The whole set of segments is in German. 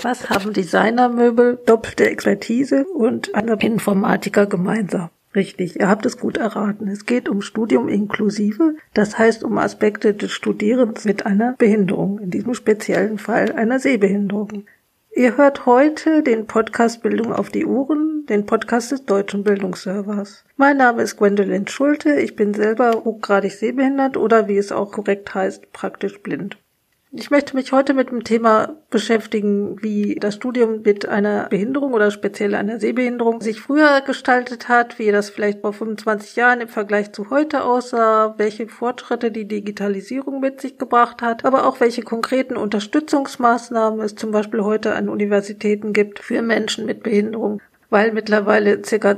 Was haben Designermöbel, doppelte Expertise und eine Informatiker gemeinsam? Richtig, ihr habt es gut erraten. Es geht um Studium inklusive, das heißt um Aspekte des Studierens mit einer Behinderung, in diesem speziellen Fall einer Sehbehinderung. Ihr hört heute den Podcast Bildung auf die Ohren, den Podcast des Deutschen Bildungsservers. Mein Name ist Gwendolyn Schulte, ich bin selber hochgradig sehbehindert oder wie es auch korrekt heißt, praktisch blind. Ich möchte mich heute mit dem Thema beschäftigen, wie das Studium mit einer Behinderung oder speziell einer Sehbehinderung sich früher gestaltet hat, wie das vielleicht vor 25 Jahren im Vergleich zu heute aussah, welche Fortschritte die Digitalisierung mit sich gebracht hat, aber auch welche konkreten Unterstützungsmaßnahmen es zum Beispiel heute an Universitäten gibt für Menschen mit Behinderung. Weil mittlerweile ca.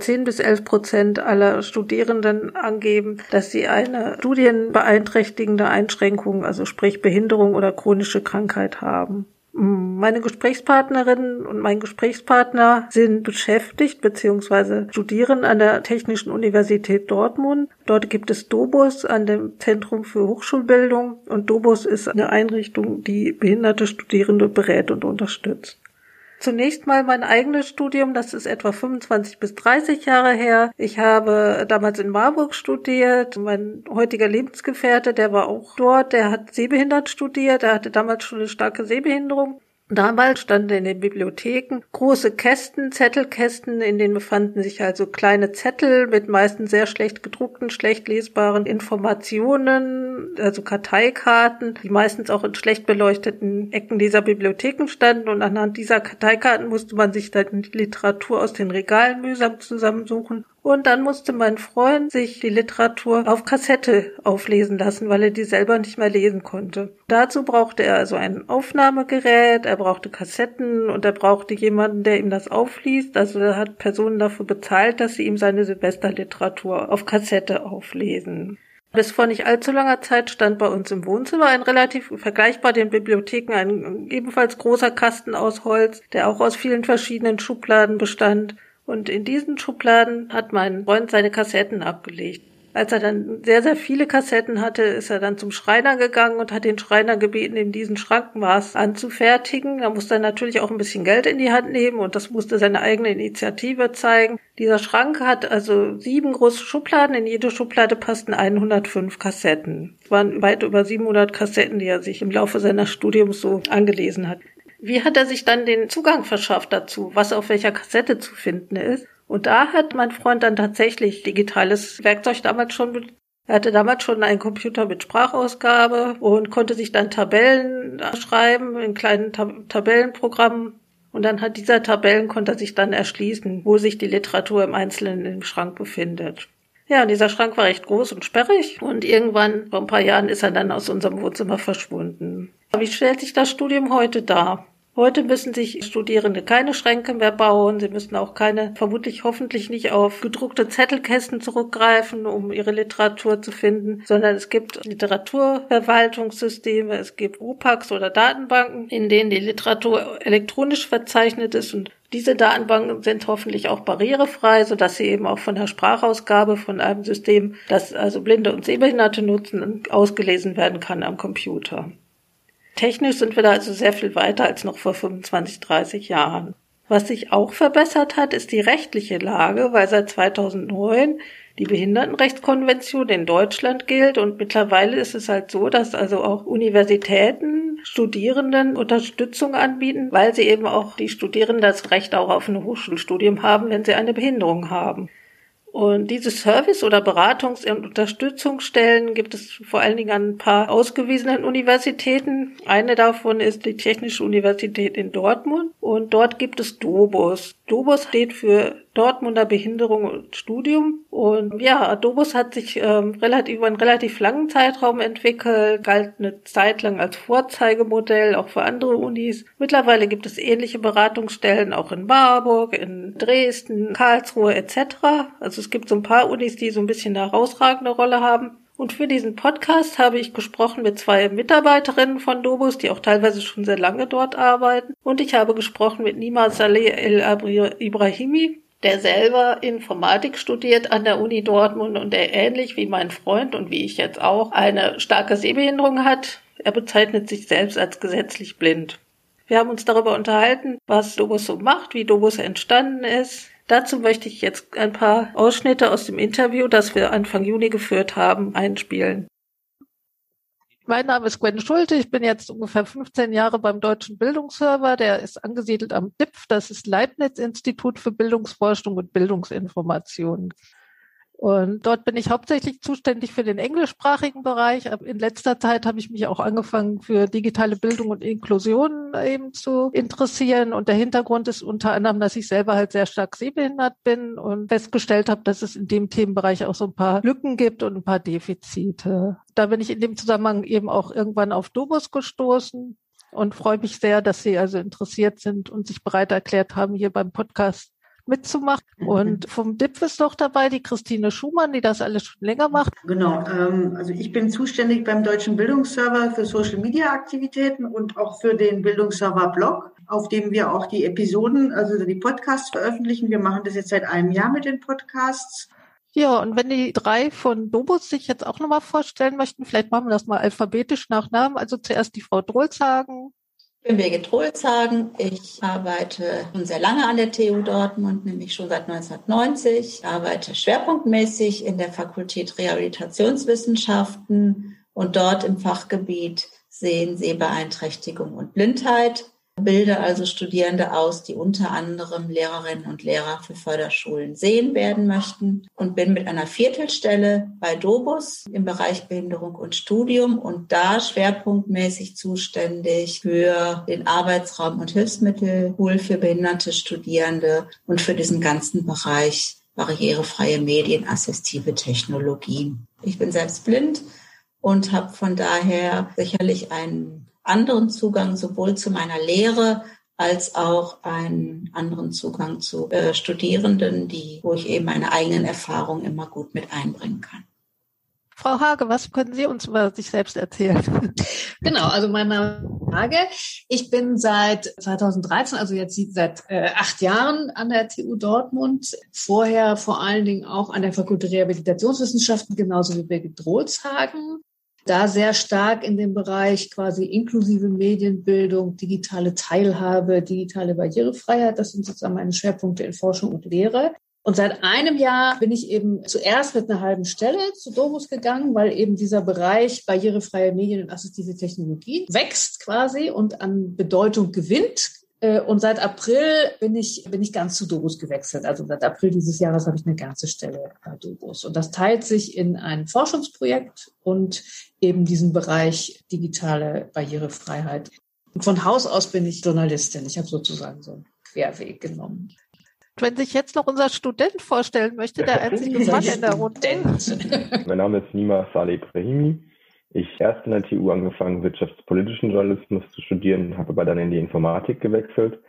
10-11% aller Studierenden angeben, dass sie eine studienbeeinträchtigende Einschränkung, also sprich Behinderung oder chronische Krankheit haben. Meine Gesprächspartnerin und mein Gesprächspartner sind beschäftigt bzw. studieren an der Technischen Universität Dortmund. Dort gibt es DOBUS an dem Zentrum für Hochschulbildung und DOBUS ist eine Einrichtung, die behinderte Studierende berät und unterstützt. Zunächst mal mein eigenes Studium, das ist etwa 25 bis 30 Jahre her. Ich habe damals in Marburg studiert. Mein heutiger Lebensgefährte, der war auch dort, der hat sehbehindert studiert, er hatte damals schon eine starke Sehbehinderung. Damals standen in den Bibliotheken große Kästen, Zettelkästen, in denen befanden sich also kleine Zettel mit meistens sehr schlecht gedruckten, schlecht lesbaren Informationen, also Karteikarten, die meistens auch in schlecht beleuchteten Ecken dieser Bibliotheken standen und anhand dieser Karteikarten musste man sich dann die Literatur aus den Regalen mühsam zusammensuchen. Und dann musste mein Freund sich die Literatur auf Kassette auflesen lassen, weil er die selber nicht mehr lesen konnte. Dazu brauchte er also ein Aufnahmegerät, er brauchte Kassetten und er brauchte jemanden, der ihm das aufliest. Also er hat Personen dafür bezahlt, dass sie ihm seine Silvesterliteratur auf Kassette auflesen. Bis vor nicht allzu langer Zeit stand bei uns im Wohnzimmer ein relativ vergleichbar den Bibliotheken ein ebenfalls großer Kasten aus Holz, der auch aus vielen verschiedenen Schubladen bestand. Und in diesen Schubladen hat mein Freund seine Kassetten abgelegt. Als er dann sehr, sehr viele Kassetten hatte, ist er dann zum Schreiner gegangen und hat den Schreiner gebeten, ihm diesen Schrankenmaß anzufertigen. Da musste er natürlich auch ein bisschen Geld in die Hand nehmen und das musste seine eigene Initiative zeigen. Dieser Schrank hat also 7 große Schubladen. In jede Schublade passten 105 Kassetten. Es waren weit über 700 Kassetten, die er sich im Laufe seines Studiums so angelesen hat. Wie hat er sich dann den Zugang verschafft dazu, was auf welcher Kassette zu finden ist? Und da hat mein Freund dann tatsächlich digitales Werkzeug damals schon. Er hatte damals schon einen Computer mit Sprachausgabe und konnte sich dann Tabellen schreiben in kleinen Tabellenprogrammen. Und anhand dieser Tabellen konnte er sich dann erschließen, wo sich die Literatur im Einzelnen im Schrank befindet. Ja, und dieser Schrank war recht groß und sperrig und irgendwann, vor ein paar Jahren, ist er dann aus unserem Wohnzimmer verschwunden. Wie stellt sich das Studium heute dar? Heute müssen sich Studierende keine Schränke mehr bauen, sie müssen auch vermutlich hoffentlich nicht auf gedruckte Zettelkästen zurückgreifen, um ihre Literatur zu finden, sondern es gibt Literaturverwaltungssysteme, es gibt OPACs oder Datenbanken, in denen die Literatur elektronisch verzeichnet ist und diese Datenbanken sind hoffentlich auch barrierefrei, sodass sie eben auch von der Sprachausgabe von einem System, das also Blinde und Sehbehinderte nutzen, ausgelesen werden kann am Computer. Technisch sind wir da also sehr viel weiter als noch vor 25, 30 Jahren. Was sich auch verbessert hat, ist die rechtliche Lage, weil seit 2009 die Behindertenrechtskonvention in Deutschland gilt und mittlerweile ist es halt so, dass also auch Universitäten Studierenden Unterstützung anbieten, weil sie eben auch die Studierenden das Recht auch auf ein Hochschulstudium haben, wenn sie eine Behinderung haben. Und diese Service- oder Beratungs- und Unterstützungsstellen gibt es vor allen Dingen an ein paar ausgewiesenen Universitäten. Eine davon ist die Technische Universität in Dortmund und dort gibt es DOBUS. DOBUS steht für Dortmunder Behinderung und Studium. Und ja, DOBUS hat sich über einen relativ langen Zeitraum entwickelt, galt eine Zeit lang als Vorzeigemodell, auch für andere Unis. Mittlerweile gibt es ähnliche Beratungsstellen auch in Marburg, in Dresden, Karlsruhe etc. Also es gibt so ein paar Unis, die so ein bisschen eine herausragende Rolle haben. Und für diesen Podcast habe ich gesprochen mit 2 Mitarbeiterinnen von DOBUS, die auch teilweise schon sehr lange dort arbeiten. Und ich habe gesprochen mit Nima Saleh El-Ibrahimi, der selber Informatik studiert an der Uni Dortmund und der ähnlich wie mein Freund und wie ich jetzt auch eine starke Sehbehinderung hat. Er bezeichnet sich selbst als gesetzlich blind. Wir haben uns darüber unterhalten, was Dobus so macht, wie Dobus entstanden ist. Dazu möchte ich jetzt ein paar Ausschnitte aus dem Interview, das wir Anfang Juni geführt haben, einspielen. Mein Name ist Gwen Schulte. Ich bin jetzt ungefähr 15 Jahre beim Deutschen Bildungsserver. Der ist angesiedelt am DIPF. Das ist Leibniz-Institut für Bildungsforschung und Bildungsinformation. Und dort bin ich hauptsächlich zuständig für den englischsprachigen Bereich. Aber in letzter Zeit habe ich mich auch angefangen, für digitale Bildung und Inklusion eben zu interessieren. Und der Hintergrund ist unter anderem, dass ich selber halt sehr stark sehbehindert bin und festgestellt habe, dass es in dem Themenbereich auch so ein paar Lücken gibt und ein paar Defizite. Da bin ich in dem Zusammenhang eben auch irgendwann auf Dobus gestoßen und freue mich sehr, dass Sie also interessiert sind und sich bereit erklärt haben, hier beim Podcast mitzumachen. Und vom DIPF ist noch dabei die Christine Schumann, die das alles schon länger macht. Genau, also ich bin zuständig beim Deutschen Bildungsserver für Social-Media-Aktivitäten und auch für den Bildungsserver-Blog, auf dem wir auch die Episoden, also die Podcasts veröffentlichen. Wir machen das jetzt seit einem Jahr mit den Podcasts. Ja, und wenn die drei von Dobus sich jetzt auch nochmal vorstellen möchten, vielleicht machen wir das mal alphabetisch nach Namen. Also zuerst die Frau Drolshagen. Ich bin Birgit Drolshagen. Ich arbeite schon sehr lange an der TU Dortmund, nämlich schon seit 1990. Ich arbeite schwerpunktmäßig in der Fakultät Rehabilitationswissenschaften und dort im Fachgebiet Sehbeeinträchtigung und Blindheit. Bilde also Studierende aus, die unter anderem Lehrerinnen und Lehrer für Förderschulen sehen werden möchten und bin mit einer Viertelstelle bei Dobus im Bereich Behinderung und Studium und da schwerpunktmäßig zuständig für den Arbeitsraum und Hilfsmittelpool für behinderte Studierende und für diesen ganzen Bereich barrierefreie Medien, assistive Technologien. Ich bin selbst blind und habe von daher sicherlich einen anderen Zugang sowohl zu meiner Lehre als auch einen anderen Zugang zu Studierenden, wo ich eben meine eigenen Erfahrungen immer gut mit einbringen kann. Frau Hage, was können Sie uns über sich selbst erzählen? Genau, also mein Name ist Hage. Ich bin seit 2013, also jetzt seit 8 Jahren an der TU Dortmund. Vorher vor allen Dingen auch an der Fakultät Rehabilitationswissenschaften, genauso wie Birgit Drolshagen. Da sehr stark in dem Bereich quasi inklusive Medienbildung, digitale Teilhabe, digitale Barrierefreiheit. Das sind sozusagen meine Schwerpunkte in Forschung und Lehre. Und seit einem Jahr bin ich eben zuerst mit einer halben Stelle zu Dobus gegangen, weil eben dieser Bereich barrierefreie Medien und assistive Technologie wächst quasi und an Bedeutung gewinnt. Und seit April bin ich ganz zu Dobus gewechselt. Also seit April dieses Jahres habe ich eine ganze Stelle bei Dobus. Und das teilt sich in ein Forschungsprojekt und eben diesen Bereich digitale Barrierefreiheit. Und von Haus aus bin ich Journalistin. Ich habe sozusagen so einen Querweg genommen. Wenn sich jetzt noch unser Student vorstellen möchte, der einzige Mann in der Runde. Mein Name ist Nima Saleh Ibrahimi. Ich erst in der TU angefangen, wirtschaftspolitischen Journalismus zu studieren, habe aber dann in die Informatik gewechselt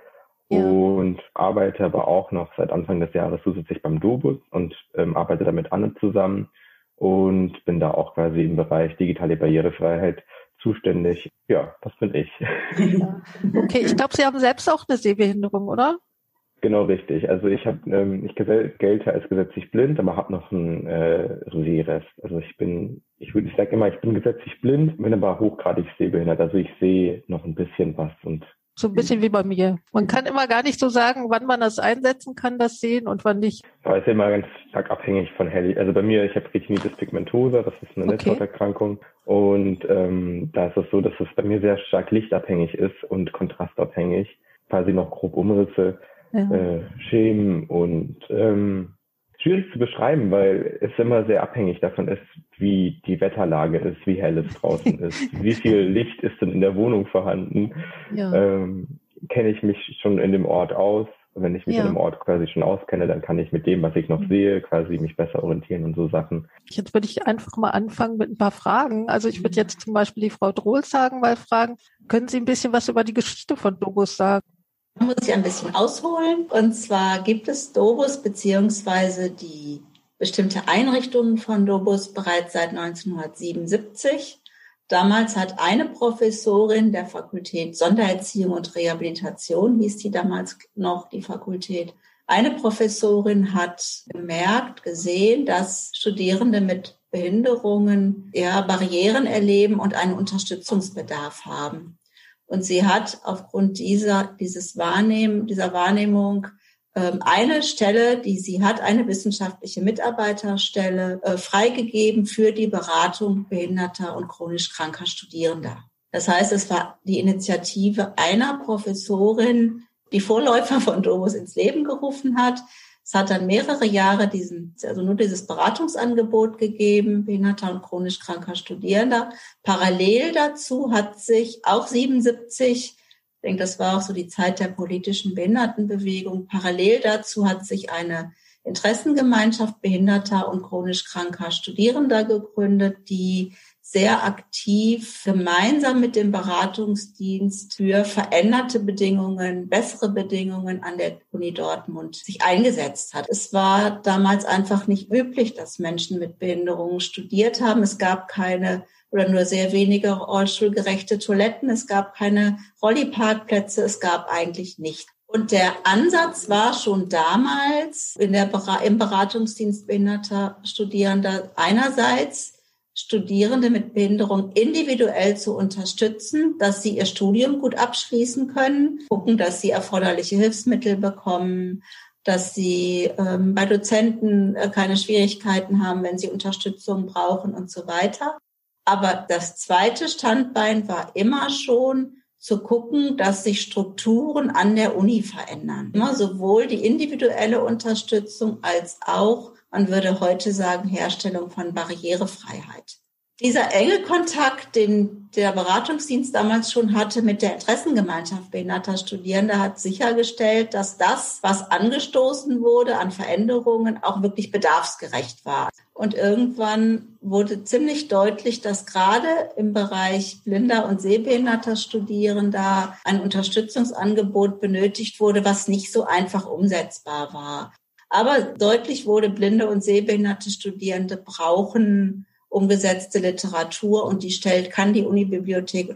und arbeite aber auch noch seit Anfang des Jahres zusätzlich beim Dobus und arbeite da mit Anne zusammen und bin da auch quasi im Bereich digitale Barrierefreiheit zuständig. Ja, das bin ich. Ja. Okay, ich glaube, Sie haben selbst auch eine Sehbehinderung, oder? Genau, richtig. Also ich gelte als gesetzlich blind, aber habe noch einen Sehrest. Also ich sage immer, ich bin gesetzlich blind, bin aber hochgradig sehbehindert. Also ich sehe noch ein bisschen was und so ein bisschen wie bei mir. Man kann immer gar nicht so sagen, wann man das einsetzen kann, das Sehen und wann nicht. Aber es ist immer ganz stark abhängig von Also bei mir, ich habe Retinitis pigmentosa, das ist eine Netzhauterkrankung. Und da ist es so, dass es bei mir sehr stark lichtabhängig ist und kontrastabhängig. Quasi noch grob Umrisse. Schemen und schwierig zu beschreiben, weil es immer sehr abhängig davon ist, wie die Wetterlage ist, wie hell es draußen ist, wie viel Licht ist denn in der Wohnung vorhanden. Ja. Kenne ich mich schon in dem Ort aus. Wenn ich mich in dem Ort quasi schon auskenne, dann kann ich mit dem, was ich noch sehe, quasi mich besser orientieren und so Sachen. Jetzt würde ich einfach mal anfangen mit ein paar Fragen. Also ich würde jetzt zum Beispiel die Frau Drolshagen mal fragen, können Sie ein bisschen was über die Geschichte von Dobus sagen? Da muss ich ein bisschen ausholen. Und zwar gibt es Dobus beziehungsweise die bestimmte Einrichtungen von Dobus bereits seit 1977. Damals hat eine Professorin der Fakultät Sondererziehung und Rehabilitation, hieß die damals noch, die Fakultät. Eine Professorin hat gesehen, dass Studierende mit Behinderungen Barrieren erleben und einen Unterstützungsbedarf haben. Und sie hat aufgrund dieser Wahrnehmung eine Stelle, die sie hat, eine wissenschaftliche Mitarbeiterstelle, freigegeben für die Beratung behinderter und chronisch kranker Studierender. Das heißt, es war die Initiative einer Professorin, die Vorläufer von Dobus ins Leben gerufen hat. Es hat dann mehrere Jahre nur dieses Beratungsangebot gegeben, behinderter und chronisch kranker Studierender. Parallel dazu hat sich auch 77, ich denke, das war auch so die Zeit der politischen Behindertenbewegung, parallel dazu hat sich eine Interessengemeinschaft behinderter und chronisch kranker Studierender gegründet, die sehr aktiv gemeinsam mit dem Beratungsdienst für veränderte Bedingungen, bessere Bedingungen an der Uni Dortmund sich eingesetzt hat. Es war damals einfach nicht üblich, dass Menschen mit Behinderungen studiert haben. Es gab keine oder nur sehr wenige rollstuhlgerechte Toiletten. Es gab keine Rolli-Parkplätze. Es gab eigentlich nichts. Und der Ansatz war schon damals im Beratungsdienst behinderter Studierender einerseits Studierende mit Behinderung individuell zu unterstützen, dass sie ihr Studium gut abschließen können, gucken, dass sie erforderliche Hilfsmittel bekommen, dass sie bei Dozenten keine Schwierigkeiten haben, wenn sie Unterstützung brauchen und so weiter. Aber das zweite Standbein war immer schon zu gucken, dass sich Strukturen an der Uni verändern. Immer sowohl die individuelle Unterstützung als auch, man würde heute sagen, Herstellung von Barrierefreiheit. Dieser enge Kontakt, den der Beratungsdienst damals schon hatte mit der Interessengemeinschaft behinderter Studierender, hat sichergestellt, dass das, was angestoßen wurde an Veränderungen, auch wirklich bedarfsgerecht war. Und irgendwann wurde ziemlich deutlich, dass gerade im Bereich blinder und sehbehinderter Studierender ein Unterstützungsangebot benötigt wurde, was nicht so einfach umsetzbar war. Aber deutlich wurde, blinde und sehbehinderte Studierende brauchen umgesetzte Literatur und stellt die Unibibliothek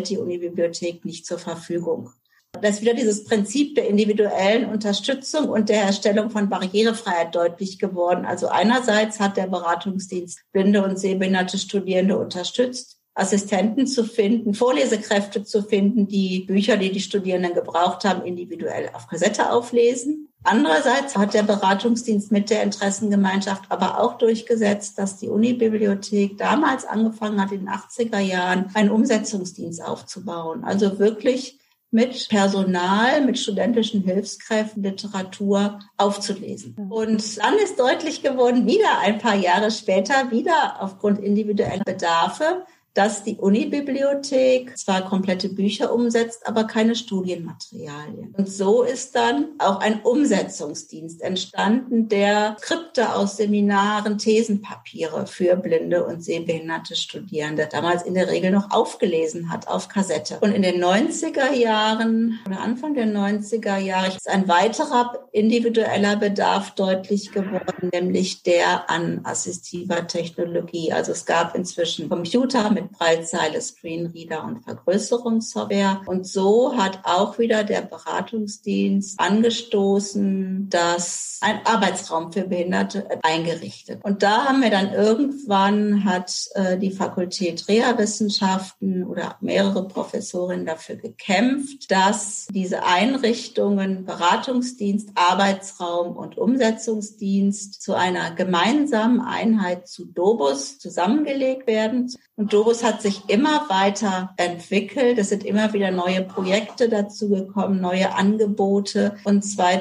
nicht zur Verfügung. Das ist wieder dieses Prinzip der individuellen Unterstützung und der Herstellung von Barrierefreiheit deutlich geworden. Also einerseits hat der Beratungsdienst blinde und sehbehinderte Studierende unterstützt, Assistenten zu finden, Vorlesekräfte zu finden, die Bücher, die die Studierenden gebraucht haben, individuell auf Kassette auflesen. Andererseits hat der Beratungsdienst mit der Interessengemeinschaft aber auch durchgesetzt, dass die Unibibliothek damals angefangen hat, in den 80er Jahren einen Umsetzungsdienst aufzubauen. Also wirklich mit Personal, mit studentischen Hilfskräften Literatur aufzulesen. Und dann ist deutlich geworden, wieder ein paar Jahre später, wieder aufgrund individueller Bedarfe, dass die Unibibliothek zwar komplette Bücher umsetzt, aber keine Studienmaterialien. Und so ist dann auch ein Umsetzungsdienst entstanden, der Skripte aus Seminaren, Thesenpapiere für blinde und sehbehinderte Studierende damals in der Regel noch aufgelesen hat auf Kassette. Und in den 90er Jahren oder Anfang der 90er Jahre ist ein weiterer individueller Bedarf deutlich geworden, nämlich der an assistiver Technologie. Also es gab inzwischen Computer mit Breitzeile, Screenreader und Vergrößerungssoftware. Und so hat auch wieder der Beratungsdienst angestoßen, dass ein Arbeitsraum für Behinderte eingerichtet. Und da haben wir dann irgendwann, hat die Fakultät Reha-Wissenschaften oder mehrere Professorinnen dafür gekämpft, dass diese Einrichtungen Beratungsdienst, Arbeitsraum und Umsetzungsdienst zu einer gemeinsamen Einheit zu Dobus zusammengelegt werden. Und Dobus hat sich immer weiter entwickelt. Es sind immer wieder neue Projekte dazu gekommen, neue Angebote. Und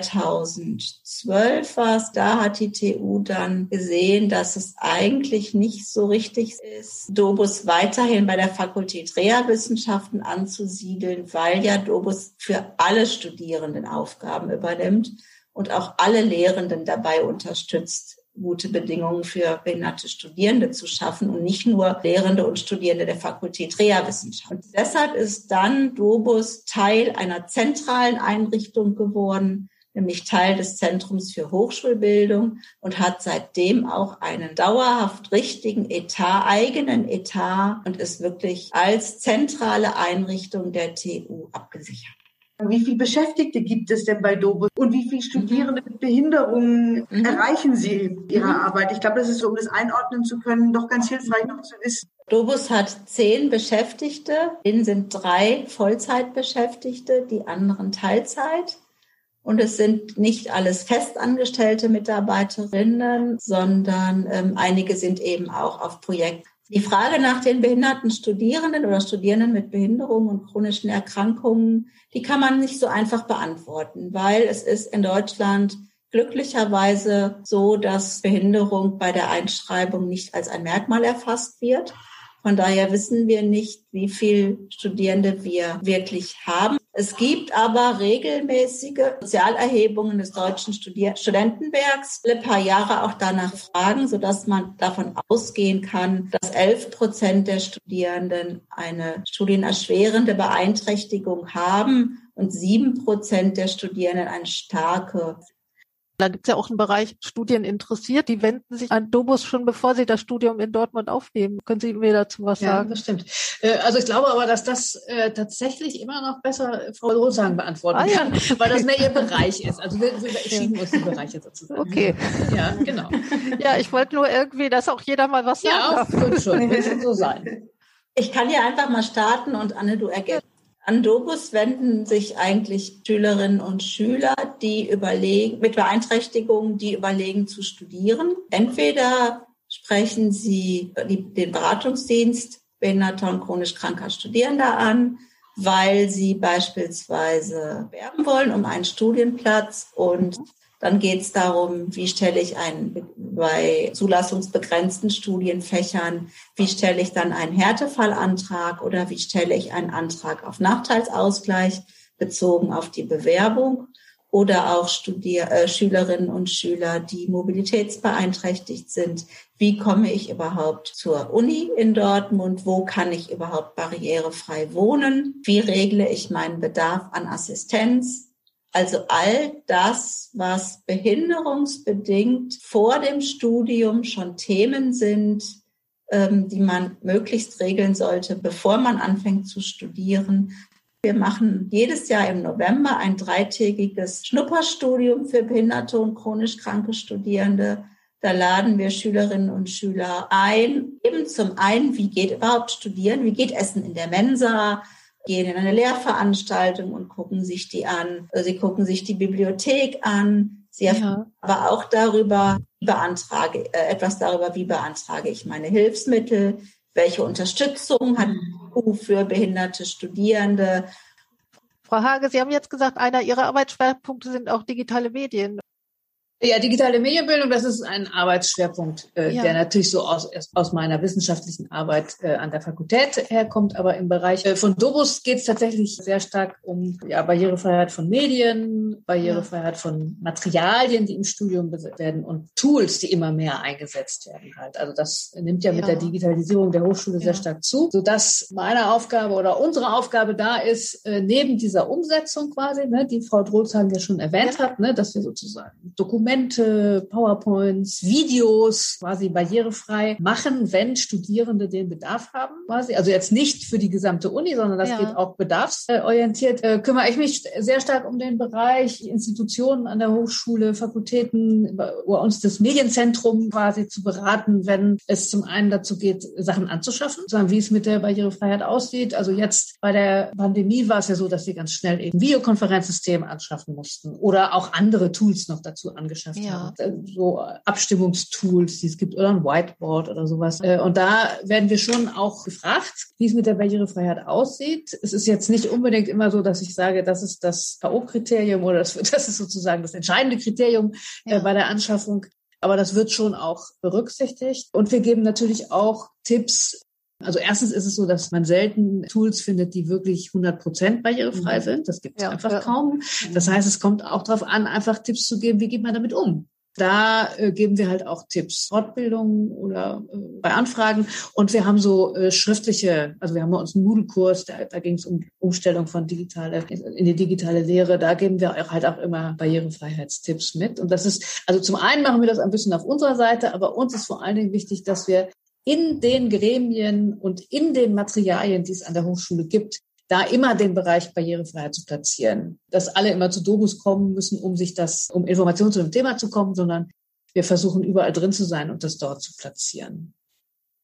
2012 war es, da hat die TU dann gesehen, dass es eigentlich nicht so richtig ist, Dobus weiterhin bei der Fakultät Reha-Wissenschaften anzusiedeln, weil ja Dobus für alle Studierenden Aufgaben übernimmt und auch alle Lehrenden dabei unterstützt, gute Bedingungen für behinderte Studierende zu schaffen und nicht nur Lehrende und Studierende der Fakultät Reha-Wissenschaften. Und deshalb ist dann Dobus Teil einer zentralen Einrichtung geworden, nämlich Teil des Zentrums für Hochschulbildung und hat seitdem auch einen dauerhaft richtigen eigenen Etat und ist wirklich als zentrale Einrichtung der TU abgesichert. Wie viele Beschäftigte gibt es denn bei Dobus und wie viele Studierende mit Behinderungen erreichen Sie in Ihrer Arbeit? Ich glaube, das ist so, um das einordnen zu können, doch ganz hilfreich noch zu wissen. Dobus hat 10 Beschäftigte, denen sind 3 Vollzeitbeschäftigte, die anderen Teilzeit. Und es sind nicht alles festangestellte Mitarbeiterinnen, sondern einige sind eben auch auf Projekt. Die Frage nach den behinderten Studierenden oder Studierenden mit Behinderungen und chronischen Erkrankungen, die kann man nicht so einfach beantworten, weil es ist in Deutschland glücklicherweise so, dass Behinderung bei der Einschreibung nicht als ein Merkmal erfasst wird. Von daher wissen wir nicht, wie viele Studierende wir wirklich haben. Es gibt aber regelmäßige Sozialerhebungen des Deutschen Studentenwerks, alle paar Jahre auch danach fragen, sodass man davon ausgehen kann, dass 11% der Studierenden eine studienerschwerende Beeinträchtigung haben und 7% der Studierenden eine starke. Da gibt es ja auch einen Bereich Studien interessiert. Die wenden sich an Dobus schon, bevor sie das Studium in Dortmund aufnehmen. Können Sie mir dazu was sagen? Ja, das stimmt. Also ich glaube aber, dass das tatsächlich immer noch besser Frau Rosang beantworten kann, weil das mehr ihr Bereich ist. Also wir schieben uns die Bereiche sozusagen. Okay. Ja, genau. Ja, ich wollte nur irgendwie, dass auch jeder mal was sagen darf. Ja, schon. Wird schon so sein. Ich kann ja einfach mal starten und Anne, du ergänzt. An Dobus wenden sich eigentlich Schülerinnen und Schüler, die überlegen, mit Beeinträchtigungen, die überlegen zu studieren. Entweder sprechen sie den Beratungsdienst behinderter und chronisch kranker Studierender an, weil sie beispielsweise werben wollen um einen Studienplatz, und dann geht es darum, wie stelle ich bei zulassungsbegrenzten Studienfächern, wie stelle ich dann einen Härtefallantrag oder wie stelle ich einen Antrag auf Nachteilsausgleich bezogen auf die Bewerbung, oder auch Schülerinnen und Schüler, die mobilitätsbeeinträchtigt sind. Wie komme ich überhaupt zur Uni in Dortmund? Wo kann ich überhaupt barrierefrei wohnen? Wie regle ich meinen Bedarf an Assistenz? Also all das, was behinderungsbedingt vor dem Studium schon Themen sind, die man möglichst regeln sollte, bevor man anfängt zu studieren. Wir machen jedes Jahr im November ein 3-tägiges Schnupperstudium für behinderte und chronisch kranke Studierende. Da laden wir Schülerinnen und Schüler ein, eben zum einen, wie geht überhaupt Studieren, wie geht Essen in der Mensa, gehen in eine Lehrveranstaltung und gucken sich die an. Sie gucken sich die Bibliothek an. Sie erfahren aber auch darüber, wie beantrage ich meine Hilfsmittel, welche Unterstützung hat die EU für behinderte Studierende. Frau Hage, Sie haben jetzt gesagt, einer Ihrer Arbeitsschwerpunkte sind auch digitale Medien. Ja, digitale Medienbildung, das ist ein Arbeitsschwerpunkt, der natürlich so aus meiner wissenschaftlichen Arbeit an der Fakultät herkommt. Aber im Bereich von Dobus geht es tatsächlich sehr stark um Barrierefreiheit von Medien, Barrierefreiheit von Materialien, die im Studium besetzt werden, und Tools, die immer mehr eingesetzt werden halt. Also das nimmt mit der Digitalisierung der Hochschule sehr stark zu, sodass meine Aufgabe oder unsere Aufgabe da ist, neben dieser Umsetzung quasi, die Frau Drolzhagen ja schon erwähnt hat, dass wir sozusagen Dokumente, PowerPoints, Videos quasi barrierefrei machen, wenn Studierende den Bedarf haben quasi. Also jetzt nicht für die gesamte Uni, sondern das geht auch bedarfsorientiert. Kümmere ich mich sehr stark um den Bereich Institutionen an der Hochschule, Fakultäten, über uns das Medienzentrum quasi zu beraten, wenn es zum einen dazu geht, Sachen anzuschaffen, sagen, wie es mit der Barrierefreiheit aussieht. Also jetzt bei der Pandemie war es ja so, dass wir ganz schnell eben Videokonferenzsysteme anschaffen mussten oder auch andere Tools noch dazu angeschafft haben. So Abstimmungstools, die es gibt, oder ein Whiteboard oder sowas. Und da werden wir schon auch gefragt, wie es mit der Barrierefreiheit aussieht. Es ist jetzt nicht unbedingt immer so, dass ich sage, das ist das K.O.-Kriterium oder das ist sozusagen das entscheidende Kriterium bei der Anschaffung. Aber das wird schon auch berücksichtigt. Und wir geben natürlich auch Tipps. Also erstens ist es so, dass man selten Tools findet, die wirklich 100% barrierefrei sind. Das gibt es einfach kaum. Das heißt, es kommt auch darauf an, einfach Tipps zu geben, wie geht man damit um. Da geben wir halt auch Tipps, Fortbildungen oder bei Anfragen. Und wir haben so schriftliche, also wir haben bei uns einen Moodle-Kurs, da ging es um Umstellung von in die digitale Lehre. Da geben wir halt auch immer Barrierefreiheitstipps mit. Und das ist, also zum einen machen wir das ein bisschen auf unserer Seite, aber uns ist vor allen Dingen wichtig, dass wir in den Gremien und in den Materialien, die es an der Hochschule gibt, da immer den Bereich Barrierefreiheit zu platzieren. Dass alle immer zu Dobus kommen müssen, um Informationen zu dem Thema zu kommen, sondern wir versuchen überall drin zu sein und das dort zu platzieren.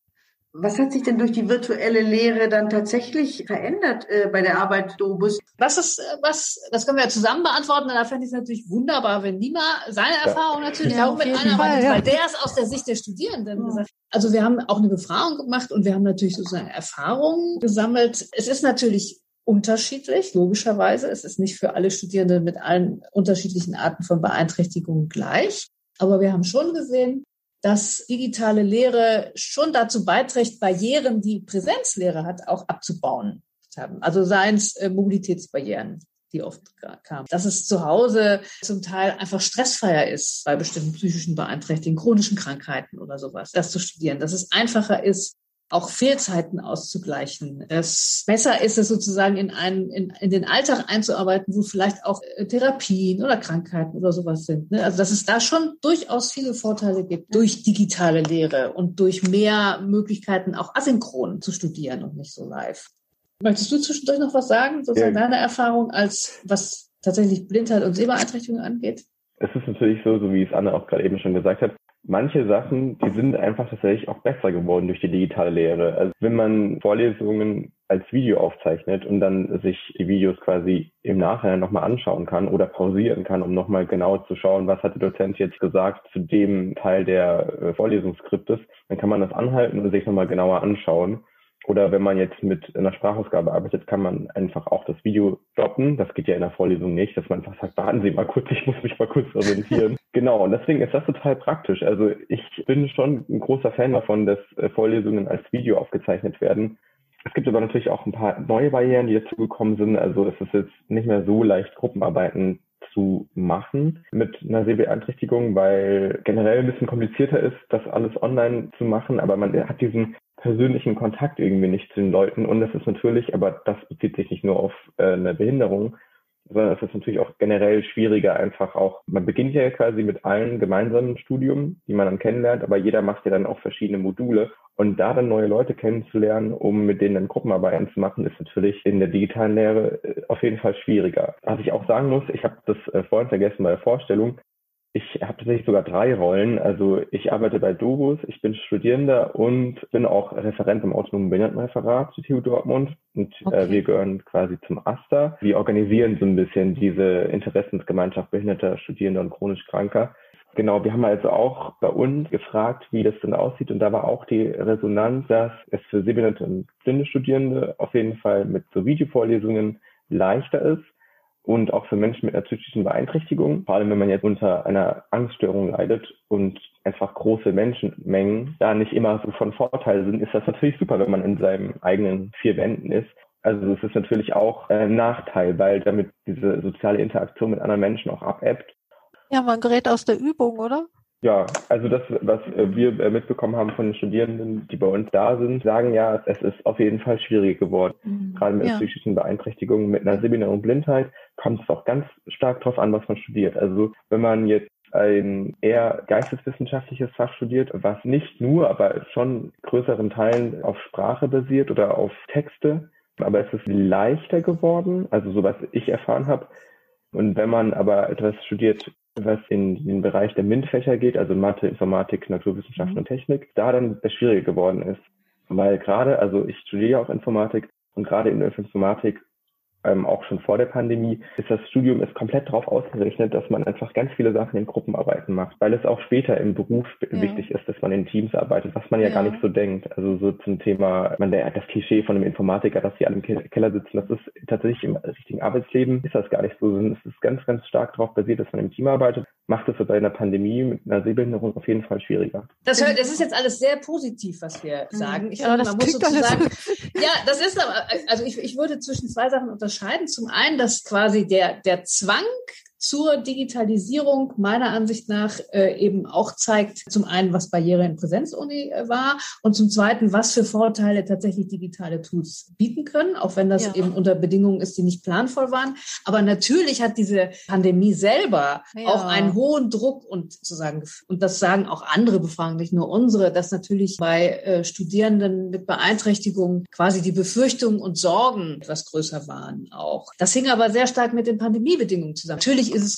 Was hat sich denn durch die virtuelle Lehre dann tatsächlich verändert bei der Arbeit Dobus? Das können wir ja zusammen beantworten. Da fände ich es natürlich wunderbar, wenn Nima seine Erfahrung natürlich auch mit einarbeitet, weil der ist aus der Sicht der Studierenden gesagt. Also wir haben auch eine Befragung gemacht und wir haben natürlich sozusagen Erfahrungen gesammelt. Es ist natürlich unterschiedlich, logischerweise. Es ist nicht für alle Studierenden mit allen unterschiedlichen Arten von Beeinträchtigungen gleich. Aber wir haben schon gesehen, dass digitale Lehre schon dazu beiträgt, Barrieren, die Präsenzlehre hat, auch abzubauen. Also seien es Mobilitätsbarrieren, die oft kamen. Dass es zu Hause zum Teil einfach stressfreier ist bei bestimmten psychischen Beeinträchtigungen, chronischen Krankheiten oder sowas, das zu studieren. Dass es einfacher ist, auch Fehlzeiten auszugleichen. Es besser ist es sozusagen in den Alltag einzuarbeiten, wo vielleicht auch Therapien oder Krankheiten oder sowas sind. Also dass es da schon durchaus viele Vorteile gibt durch digitale Lehre und durch mehr Möglichkeiten auch asynchron zu studieren und nicht so live. Möchtest du zwischendurch noch was sagen, sozusagen deine Erfahrung, als was tatsächlich Blindheit und Sehbeeinträchtigung angeht? Es ist natürlich so wie es Anne auch gerade eben schon gesagt hat, manche Sachen, die sind einfach tatsächlich auch besser geworden durch die digitale Lehre. Also wenn man Vorlesungen als Video aufzeichnet und dann sich die Videos quasi im Nachhinein nochmal anschauen kann oder pausieren kann, um nochmal genau zu schauen, was hat der Dozent jetzt gesagt zu dem Teil der Vorlesungsskriptes, dann kann man das anhalten und sich nochmal genauer anschauen. Oder wenn man jetzt mit einer Sprachausgabe arbeitet, kann man einfach auch das Video stoppen. Das geht ja in der Vorlesung nicht, dass man einfach sagt, warten Sie mal kurz, ich muss mich mal kurz orientieren. Genau, und deswegen ist das total praktisch. Also ich bin schon ein großer Fan davon, dass Vorlesungen als Video aufgezeichnet werden. Es gibt aber natürlich auch ein paar neue Barrieren, die dazu gekommen sind. Also es ist jetzt nicht mehr so leicht, Gruppenarbeiten zu machen mit einer Sehbeeinträchtigung, weil generell ein bisschen komplizierter ist, das alles online zu machen, aber man hat diesen persönlichen Kontakt irgendwie nicht zu den Leuten und das ist natürlich, aber das bezieht sich nicht nur auf eine Behinderung, sondern es ist natürlich auch generell schwieriger einfach auch, man beginnt ja quasi mit allen gemeinsamen Studium, die man dann kennenlernt, aber jeder macht ja dann auch verschiedene Module und da dann neue Leute kennenzulernen, um mit denen dann Gruppenarbeiten zu machen, ist natürlich in der digitalen Lehre auf jeden Fall schwieriger. Was ich auch sagen muss, ich habe das vorhin vergessen bei der Vorstellung, ich habe tatsächlich sogar 3 Rollen. Also ich arbeite bei Dobus, ich bin Studierender und bin auch Referent im autonomen Behindertenreferat der TU Dortmund. Und wir gehören quasi zum AStA. Wir organisieren so ein bisschen diese Interessensgemeinschaft behinderter Studierender und chronisch Kranker. Genau, wir haben also auch bei uns gefragt, wie das denn aussieht. Und da war auch die Resonanz, dass es für sehbehinderte und blinde Studierende auf jeden Fall mit so Videovorlesungen leichter ist. Und auch für Menschen mit einer psychischen Beeinträchtigung, vor allem wenn man jetzt unter einer Angststörung leidet und einfach große Menschenmengen da nicht immer so von Vorteil sind, ist das natürlich super, wenn man in seinen eigenen 4 Wänden ist. Also es ist natürlich auch ein Nachteil, weil damit diese soziale Interaktion mit anderen Menschen auch abebbt. Ja, man gerät aus der Übung, oder? Ja, also das, was wir mitbekommen haben von den Studierenden, die bei uns da sind, sagen ja, es ist auf jeden Fall schwieriger geworden. Gerade mit psychischen Beeinträchtigungen, mit einer Sehbehinderung und Blindheit kommt es auch ganz stark drauf an, was man studiert. Also wenn man jetzt ein eher geisteswissenschaftliches Fach studiert, was nicht nur, aber schon größeren Teilen auf Sprache basiert oder auf Texte, aber es ist leichter geworden, also so was ich erfahren habe. Und wenn man aber etwas studiert, was in den Bereich der MINT-Fächer geht, also Mathe, Informatik, Naturwissenschaften und Technik, da dann es schwieriger geworden ist. Weil gerade, also ich studiere auch Informatik und gerade in der Informatik, auch schon vor der Pandemie, ist das Studium komplett darauf ausgerichtet, dass man einfach ganz viele Sachen in Gruppenarbeiten macht, weil es auch später im Beruf wichtig ist, dass man in Teams arbeitet, was man ja gar nicht so denkt. Also so zum Thema, das Klischee von einem Informatiker, dass sie alle im Keller sitzen, das ist tatsächlich im richtigen Arbeitsleben, ist das gar nicht so. Es ist ganz, ganz stark darauf basiert, dass man im Team arbeitet, macht es bei einer Pandemie mit einer Sehbehinderung auf jeden Fall schwieriger. Das ist jetzt alles sehr positiv, was wir sagen. Ich finde, man muss sozusagen, das ist aber, also ich würde zwischen 2 Sachen unterscheiden. Zum einen, dass quasi der Zwang zur Digitalisierung meiner Ansicht nach eben auch zeigt, zum einen, was Barriere in Präsenzuni war und zum zweiten, was für Vorteile tatsächlich digitale Tools bieten können, auch wenn das eben unter Bedingungen ist, die nicht planvoll waren. Aber natürlich hat diese Pandemie selber auch einen hohen Druck und sozusagen, und das sagen auch andere Befragungen, nicht nur unsere, dass natürlich bei Studierenden mit Beeinträchtigungen quasi die Befürchtungen und Sorgen etwas größer waren auch. Das hing aber sehr stark mit den Pandemiebedingungen zusammen. Natürlich ist es so,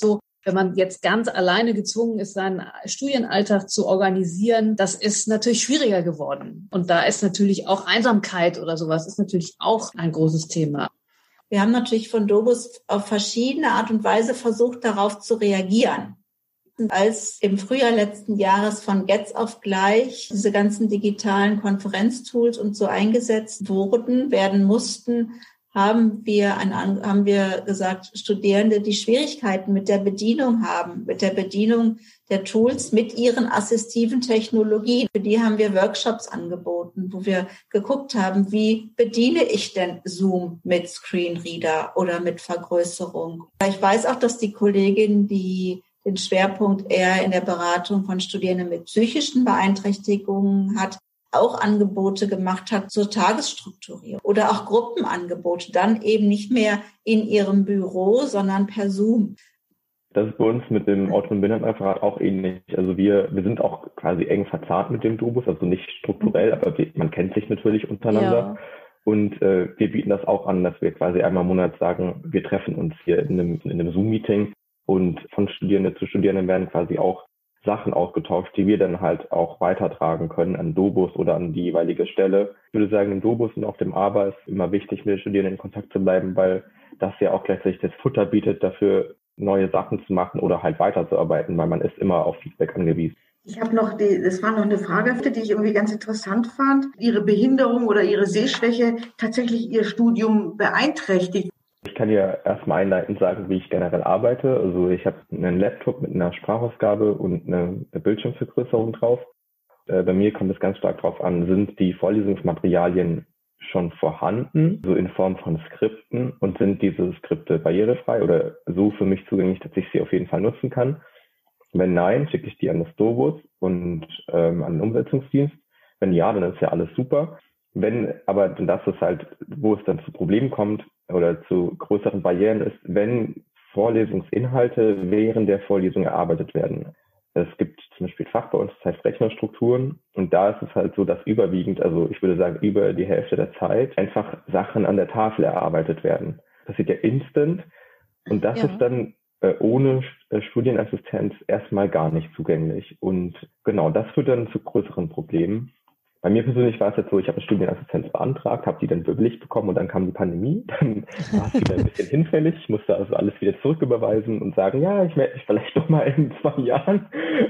Wenn man jetzt ganz alleine gezwungen ist, seinen Studienalltag zu organisieren, das ist natürlich schwieriger geworden. Und da ist natürlich auch Einsamkeit oder sowas ist natürlich auch ein großes Thema. Wir haben natürlich von Dobus auf verschiedene Art und Weise versucht, darauf zu reagieren. Als im Frühjahr letzten Jahres von Getz auf Gleich diese ganzen digitalen Konferenztools und so eingesetzt werden mussten, haben wir gesagt, Studierende, die Schwierigkeiten mit der Bedienung haben, mit der Bedienung der Tools, mit ihren assistiven Technologien. Für die haben wir Workshops angeboten, wo wir geguckt haben, wie bediene ich denn Zoom mit Screenreader oder mit Vergrößerung. Ich weiß auch, dass die Kollegin, die den Schwerpunkt eher in der Beratung von Studierenden mit psychischen Beeinträchtigungen hat, auch Angebote gemacht hat zur Tagesstrukturierung oder auch Gruppenangebote, dann eben nicht mehr in ihrem Büro, sondern per Zoom. Das ist bei uns mit dem autonomen Behindertenreferat auch ähnlich. Also wir sind auch quasi eng verzahnt mit dem Dobus, also nicht strukturell, aber man kennt sich natürlich untereinander. Ja. Und wir bieten das auch an, dass wir quasi einmal im Monat sagen, wir treffen uns hier in einem Zoom-Meeting. Und von Studierenden zu Studierenden werden quasi auch Sachen ausgetauscht, die wir dann halt auch weitertragen können an Dobus oder an die jeweilige Stelle. Ich würde sagen, im Dobus und auf dem ABA ist immer wichtig, mit den Studierenden in Kontakt zu bleiben, weil das ja auch gleichzeitig das Futter bietet, dafür neue Sachen zu machen oder halt weiterzuarbeiten, weil man ist immer auf Feedback angewiesen. Ich habe das war noch eine Frage, die ich irgendwie ganz interessant fand. Ihre Behinderung oder Ihre Sehschwäche tatsächlich Ihr Studium beeinträchtigt. Ich kann ja erstmal einleitend sagen, wie ich generell arbeite. Also ich habe einen Laptop mit einer Sprachausgabe und eine Bildschirmvergrößerung drauf. Bei mir kommt es ganz stark darauf an, sind die Vorlesungsmaterialien schon vorhanden, so in Form von Skripten, und sind diese Skripte barrierefrei oder so für mich zugänglich, dass ich sie auf jeden Fall nutzen kann. Wenn nein, schicke ich die an das Dobus und an den Umsetzungsdienst. Wenn ja, dann ist ja alles super. Wenn aber, das ist halt, wo es dann zu Problemen kommt oder zu größeren Barrieren ist, wenn Vorlesungsinhalte während der Vorlesung erarbeitet werden. Es gibt zum Beispiel Fach bei uns, das heißt Rechnerstrukturen, und da ist es halt so, dass überwiegend, also ich würde sagen über die Hälfte der Zeit, einfach Sachen an der Tafel erarbeitet werden. Das passiert ja instant, und das ist dann ohne Studienassistenz erstmal gar nicht zugänglich. Und genau, das führt dann zu größeren Problemen. Bei mir persönlich war es jetzt so, ich habe eine Studienassistenz beantragt, habe die dann bewilligt bekommen und dann kam die Pandemie. Dann war es wieder ein bisschen hinfällig. Ich musste also alles wieder zurücküberweisen und sagen, ja, ich melde mich vielleicht doch mal in 2 Jahren.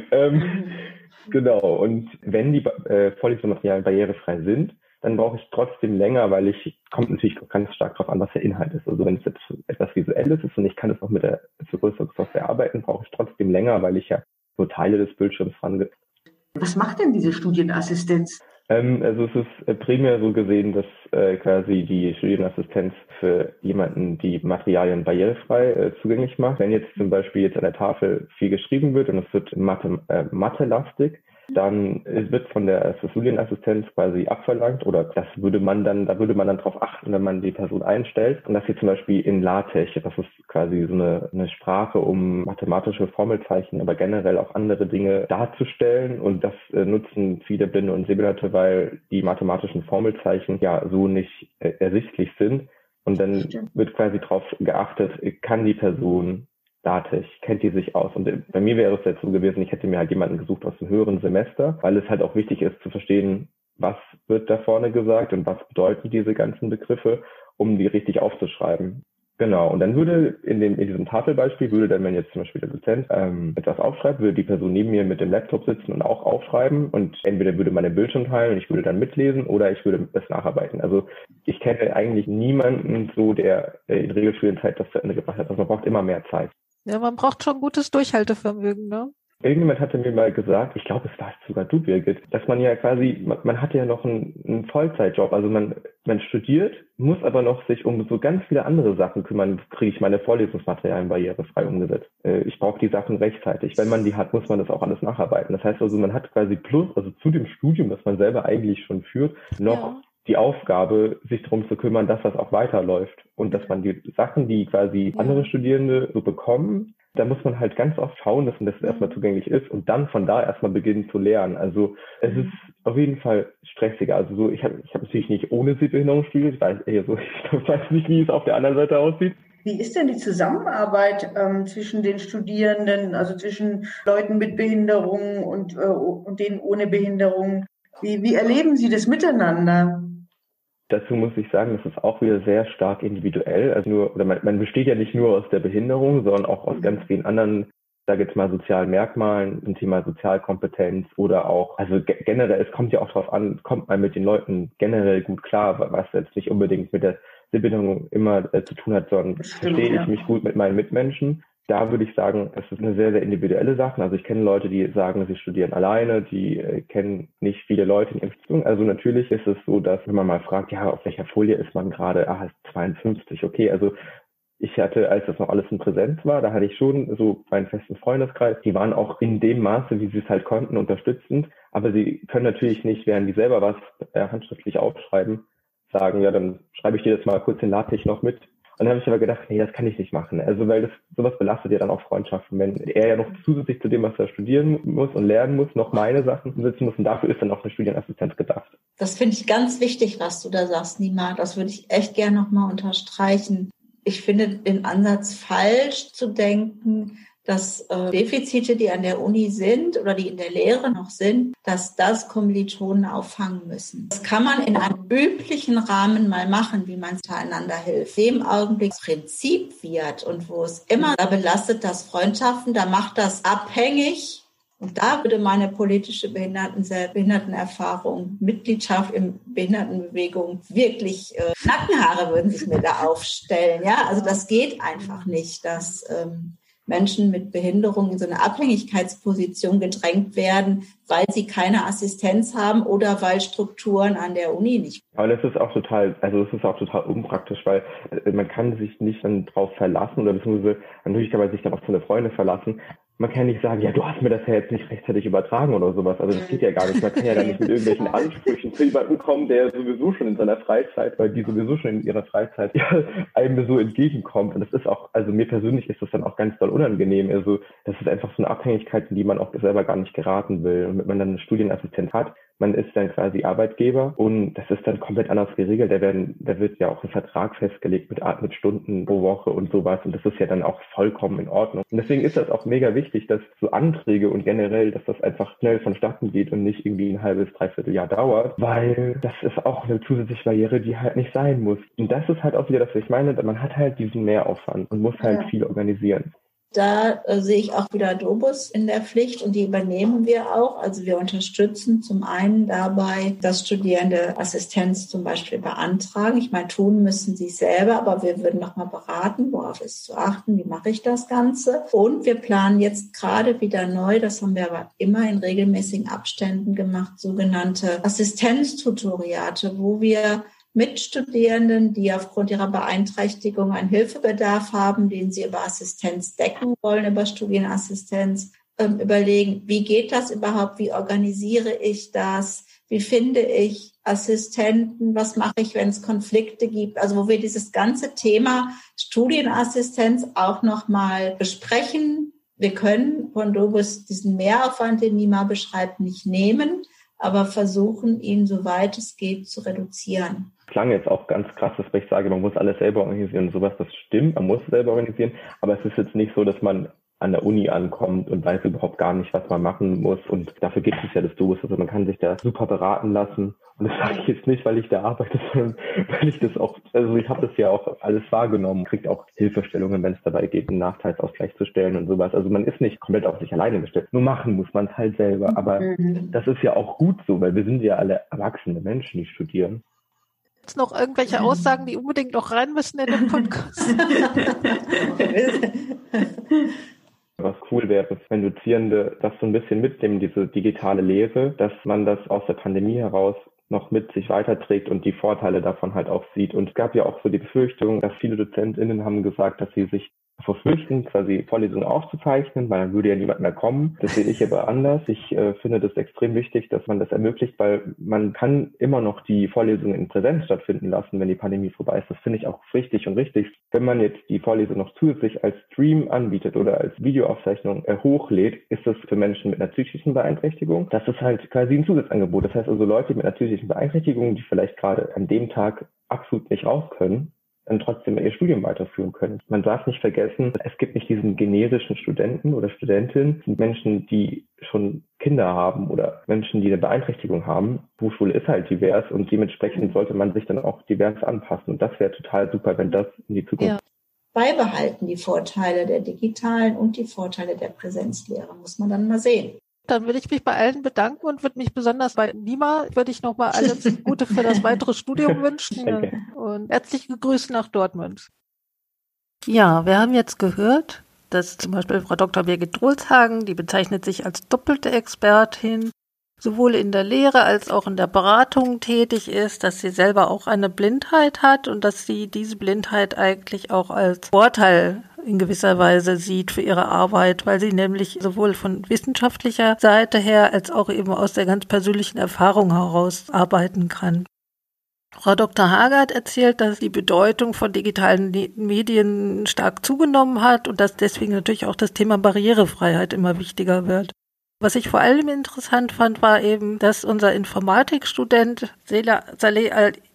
Genau, und wenn die Vorlesungsmaterialien barrierefrei sind, dann brauche ich trotzdem länger, weil kommt natürlich ganz stark darauf an, was der Inhalt ist. Also wenn es jetzt etwas Visuelles ist und ich kann es auch mit der Vergrößerungssoftware arbeiten, brauche ich trotzdem länger, weil ich ja nur Teile des Bildschirms rangehe. Was macht denn diese Studienassistenz? Also es ist primär so gesehen, dass quasi die Studienassistenz für jemanden die Materialien barrierefrei zugänglich macht. Wenn jetzt zum Beispiel an der Tafel viel geschrieben wird und es wird Mathe-lastig, dann wird von der Studienassistenz quasi abverlangt, oder da würde man dann drauf achten, wenn man die Person einstellt. Und das hier zum Beispiel in LaTeX, das ist quasi so eine Sprache, um mathematische Formelzeichen, aber generell auch andere Dinge darzustellen. Und das nutzen viele Blinde und Sehbehinderte, weil die mathematischen Formelzeichen ja so nicht ersichtlich sind. Und dann wird quasi darauf geachtet, kann die Person LaTeX, kennt die sich aus. Und bei mir wäre es jetzt so gewesen, ich hätte mir halt jemanden gesucht aus dem höheren Semester, weil es halt auch wichtig ist zu verstehen, was wird da vorne gesagt und was bedeuten diese ganzen Begriffe, um die richtig aufzuschreiben. Genau, und dann würde in diesem Tafelbeispiel, wenn jetzt zum Beispiel der Dozent etwas aufschreibt, würde die Person neben mir mit dem Laptop sitzen und auch aufschreiben, und entweder würde man den Bildschirm teilen und ich würde dann mitlesen oder ich würde das nacharbeiten. Also ich kenne eigentlich niemanden so, der in Regelstudienzeit das zu Ende gebracht hat. Also man braucht immer mehr Zeit. Ja, man braucht schon gutes Durchhaltevermögen, ne? Irgendjemand hatte mir mal gesagt, ich glaube, es war sogar du, Birgit, dass man ja quasi, man hat ja noch einen Vollzeitjob. Also man studiert, muss aber noch sich um so ganz viele andere Sachen kümmern. Kriege ich meine Vorlesungsmaterialien barrierefrei umgesetzt? Ich brauche die Sachen rechtzeitig. Wenn man die hat, muss man das auch alles nacharbeiten. Das heißt also, man hat quasi zu dem Studium, das man selber eigentlich schon führt, noch die Aufgabe, sich darum zu kümmern, dass das auch weiterläuft und dass man die Sachen, die quasi andere Studierende so bekommen, da muss man halt ganz oft schauen, dass das erstmal zugänglich ist und dann von da erstmal beginnen zu lernen. Also es ist auf jeden Fall stressiger. Also so, ich hab natürlich nicht ohne Sehbehinderung studiert, weil ich weiß nicht, wie es auf der anderen Seite aussieht. Wie ist denn die Zusammenarbeit zwischen den Studierenden, also zwischen Leuten mit Behinderung und denen ohne Behinderung? Wie erleben Sie das miteinander? Dazu muss ich sagen, das ist auch wieder sehr stark individuell. Also man besteht ja nicht nur aus der Behinderung, sondern auch aus ganz vielen anderen, sage jetzt mal, sozialen Merkmalen, zum Thema Sozialkompetenz oder auch, also generell, es kommt ja auch darauf an, kommt man mit den Leuten generell gut klar, was jetzt nicht unbedingt mit der Behinderung immer zu tun hat, sondern verstehe ich mich gut mit meinen Mitmenschen. Da würde ich sagen, es ist eine sehr, sehr individuelle Sache. Also ich kenne Leute, die sagen, sie studieren alleine, die kennen nicht viele Leute in ihrer Beziehung. Also natürlich ist es so, dass wenn man mal fragt, ja, auf welcher Folie ist man gerade? Ist 52, okay. Also ich hatte, als das noch alles in Präsenz war, da hatte ich schon so meinen festen Freundeskreis. Die waren auch in dem Maße, wie sie es halt konnten, unterstützend. Aber sie können natürlich nicht, während die selber was handschriftlich aufschreiben, sagen, ja, dann schreibe ich dir das mal kurz in LaTeX noch mit. Und dann habe ich aber gedacht, nee, das kann ich nicht machen. Also weil sowas belastet ja dann auch Freundschaften. Wenn er ja noch zusätzlich zu dem, was er studieren muss und lernen muss, noch meine Sachen sitzen muss. Und dafür ist dann auch eine Studienassistenz gedacht. Das finde ich ganz wichtig, was du da sagst, Nima. Das würde ich echt gerne nochmal unterstreichen. Ich finde den Ansatz falsch zu denken, dass Defizite, die an der Uni sind oder die in der Lehre noch sind, dass das Kommilitonen auffangen müssen. Das kann man in einem üblichen Rahmen mal machen, wie man zueinander hilft. In dem Augenblick das Prinzip wird und wo es immer, da belastet das Freundschaften, da macht das abhängig. Und da würde meine politische Behindertenerfahrung, Mitgliedschaft in Behindertenbewegung wirklich, Nackenhaare würden sich mir da aufstellen. Ja, also das geht einfach nicht, dass Menschen mit Behinderung in so eine Abhängigkeitsposition gedrängt werden, weil sie keine Assistenz haben oder weil Strukturen an der Uni nicht. Aber das ist auch total unpraktisch, weil man kann sich nicht dann drauf verlassen oder beziehungsweise natürlich kann man sich dann auf seine Freunde verlassen. Man kann nicht sagen, ja, du hast mir das ja jetzt nicht rechtzeitig übertragen oder sowas. Also das geht ja gar nicht. Man kann ja gar nicht mit irgendwelchen Ansprüchen zu jemandem kommen, der sowieso schon in seiner Freizeit, weil die sowieso schon in ihrer Freizeit einem so entgegenkommt. Und das ist auch, also mir persönlich ist das dann auch ganz doll unangenehm. Also das ist einfach so eine Abhängigkeit, in die man auch selber gar nicht geraten will. Und wenn man dann einen Studienassistent hat, man ist dann quasi Arbeitgeber und das ist dann komplett anders geregelt. Da wird ja auch ein Vertrag festgelegt mit Stunden pro Woche und sowas. Und das ist ja dann auch vollkommen in Ordnung. Und deswegen ist das auch mega wichtig, dass so Anträge und generell, dass das einfach schnell vonstatten geht und nicht irgendwie ein halbes, dreiviertel Jahr dauert, weil das ist auch eine zusätzliche Barriere, die halt nicht sein muss. Und das ist halt auch wieder das, was ich meine, man hat halt diesen Mehraufwand und muss halt viel organisieren. Da sehe ich auch wieder Dobus in der Pflicht und die übernehmen wir auch. Also wir unterstützen zum einen dabei, dass Studierende Assistenz zum Beispiel beantragen. Ich meine, tun müssen sie es selber, aber wir würden nochmal beraten, worauf ist zu achten, wie mache ich das Ganze. Und wir planen jetzt gerade wieder neu, das haben wir aber immer in regelmäßigen Abständen gemacht, sogenannte Assistenztutoriate, wo wir mit Studierenden, die aufgrund ihrer Beeinträchtigung einen Hilfebedarf haben, den sie über Assistenz decken wollen, über Studienassistenz, überlegen, wie geht das überhaupt, wie organisiere ich das, wie finde ich Assistenten, was mache ich, wenn es Konflikte gibt, also wo wir dieses ganze Thema Studienassistenz auch nochmal besprechen. Wir können von Dobus diesen Mehraufwand, den Nima beschreibt, nicht nehmen, aber versuchen, ihn, soweit es geht, zu reduzieren. Klang jetzt auch ganz krass, dass ich sage, man muss alles selber organisieren und sowas, das stimmt, man muss selber organisieren, aber es ist jetzt nicht so, dass man an der Uni ankommt und weiß überhaupt gar nicht, was man machen muss und dafür gibt es ja das Dobus, also man kann sich da super beraten lassen und das sage ich jetzt nicht, weil ich da arbeite, sondern weil ich das auch, also ich habe das ja auch alles wahrgenommen, kriegt auch Hilfestellungen, wenn es dabei geht, einen Nachteilsausgleich zu stellen und sowas, also man ist nicht komplett auf sich alleine gestellt, nur machen muss man es halt selber, aber das ist ja auch gut so, weil wir sind ja alle erwachsene Menschen, die studieren. Jetzt noch irgendwelche Aussagen, die unbedingt noch rein müssen in den Podcast? Was cool wäre, wenn Dozierende das so ein bisschen mitnehmen, diese digitale Lehre, dass man das aus der Pandemie heraus noch mit sich weiterträgt und die Vorteile davon halt auch sieht. Und es gab ja auch so die Befürchtung, dass viele DozentInnen haben gesagt, dass sie sich verpflichten, quasi Vorlesungen aufzuzeichnen, weil dann würde ja niemand mehr kommen. Das sehe ich aber anders. Ich finde das extrem wichtig, dass man das ermöglicht, weil man kann immer noch die Vorlesungen in Präsenz stattfinden lassen, wenn die Pandemie vorbei ist. Das finde ich auch richtig und richtig. Wenn man jetzt die Vorlesung noch zusätzlich als Stream anbietet oder als Videoaufzeichnung hochlädt, ist das für Menschen mit einer psychischen Beeinträchtigung. Das ist halt quasi ein Zusatzangebot. Das heißt also Leute mit einer psychischen Beeinträchtigung, die vielleicht gerade an dem Tag absolut nicht raus können, dann trotzdem ihr Studium weiterführen können. Man darf nicht vergessen, es gibt nicht diesen generischen Studenten oder Studentin, Menschen, die schon Kinder haben oder Menschen, die eine Beeinträchtigung haben. Hochschule ist halt divers und dementsprechend sollte man sich dann auch divers anpassen. Und das wäre total super, wenn das in die Zukunft beibehalten, die Vorteile der digitalen und die Vorteile der Präsenzlehre, muss man dann mal sehen. Dann würde ich mich bei allen bedanken und würde mich besonders bei Nima, würde ich nochmal alles Gute für das weitere Studium wünschen. Danke. Und herzliche Grüße nach Dortmund. Ja, wir haben jetzt gehört, dass zum Beispiel Frau Dr. Birgit Drolshagen, die bezeichnet sich als doppelte Expertin, sowohl in der Lehre als auch in der Beratung tätig ist, dass sie selber auch eine Blindheit hat und dass sie diese Blindheit eigentlich auch als Vorteil in gewisser Weise sieht für ihre Arbeit, weil sie nämlich sowohl von wissenschaftlicher Seite her als auch eben aus der ganz persönlichen Erfahrung heraus arbeiten kann. Frau Dr. Hager hat erzählt, dass die Bedeutung von digitalen Medien stark zugenommen hat und dass deswegen natürlich auch das Thema Barrierefreiheit immer wichtiger wird. Was ich vor allem interessant fand, war eben, dass unser Informatikstudent Saleh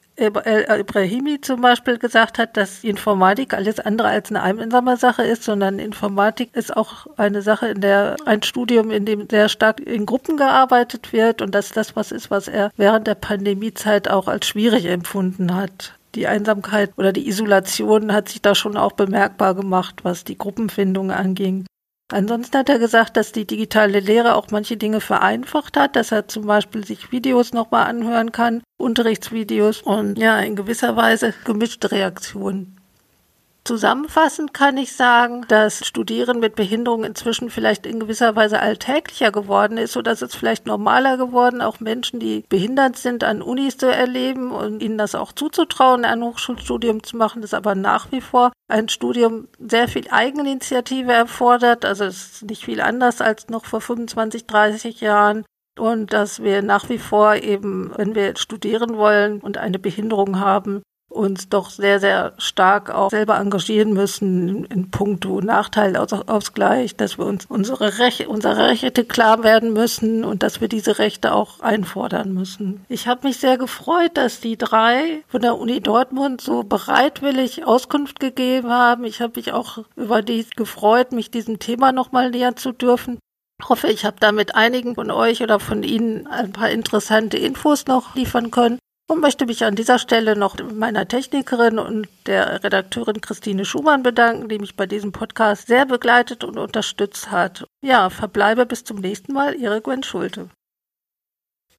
Al-Ibrahimi zum Beispiel gesagt hat, dass die Informatik alles andere als eine einsame Sache ist, sondern Informatik ist auch eine Sache, in der ein Studium, in dem sehr stark in Gruppen gearbeitet wird und dass das was ist, was er während der Pandemiezeit auch als schwierig empfunden hat. Die Einsamkeit oder die Isolation hat sich da schon auch bemerkbar gemacht, was die Gruppenfindung anging. Ansonsten hat er gesagt, dass die digitale Lehre auch manche Dinge vereinfacht hat, dass er zum Beispiel sich Videos nochmal anhören kann, Unterrichtsvideos und ja, in gewisser Weise gemischte Reaktionen. Zusammenfassend kann ich sagen, dass Studieren mit Behinderung inzwischen vielleicht in gewisser Weise alltäglicher geworden ist, so dass es vielleicht normaler geworden, auch Menschen, die behindert sind, an Unis zu erleben und ihnen das auch zuzutrauen, ein Hochschulstudium zu machen, das aber nach wie vor ein Studium sehr viel Eigeninitiative erfordert, also es ist nicht viel anders als noch vor 25, 30 Jahren. Und dass wir nach wie vor eben, wenn wir studieren wollen und eine Behinderung haben, uns doch sehr, sehr stark auch selber engagieren müssen in puncto Nachteilausgleich, dass wir uns unsere Rechte klar werden müssen und dass wir diese Rechte auch einfordern müssen. Ich habe mich sehr gefreut, dass die 3 von der Uni Dortmund so bereitwillig Auskunft gegeben haben. Ich habe mich auch über dies gefreut, mich diesem Thema nochmal nähern zu dürfen. Ich hoffe, ich habe damit einigen von euch oder von Ihnen ein paar interessante Infos noch liefern können. Und möchte mich an dieser Stelle noch meiner Technikerin und der Redakteurin Christine Schumann bedanken, die mich bei diesem Podcast sehr begleitet und unterstützt hat. Ja, verbleibe bis zum nächsten Mal, Ihre Gwen Schulte.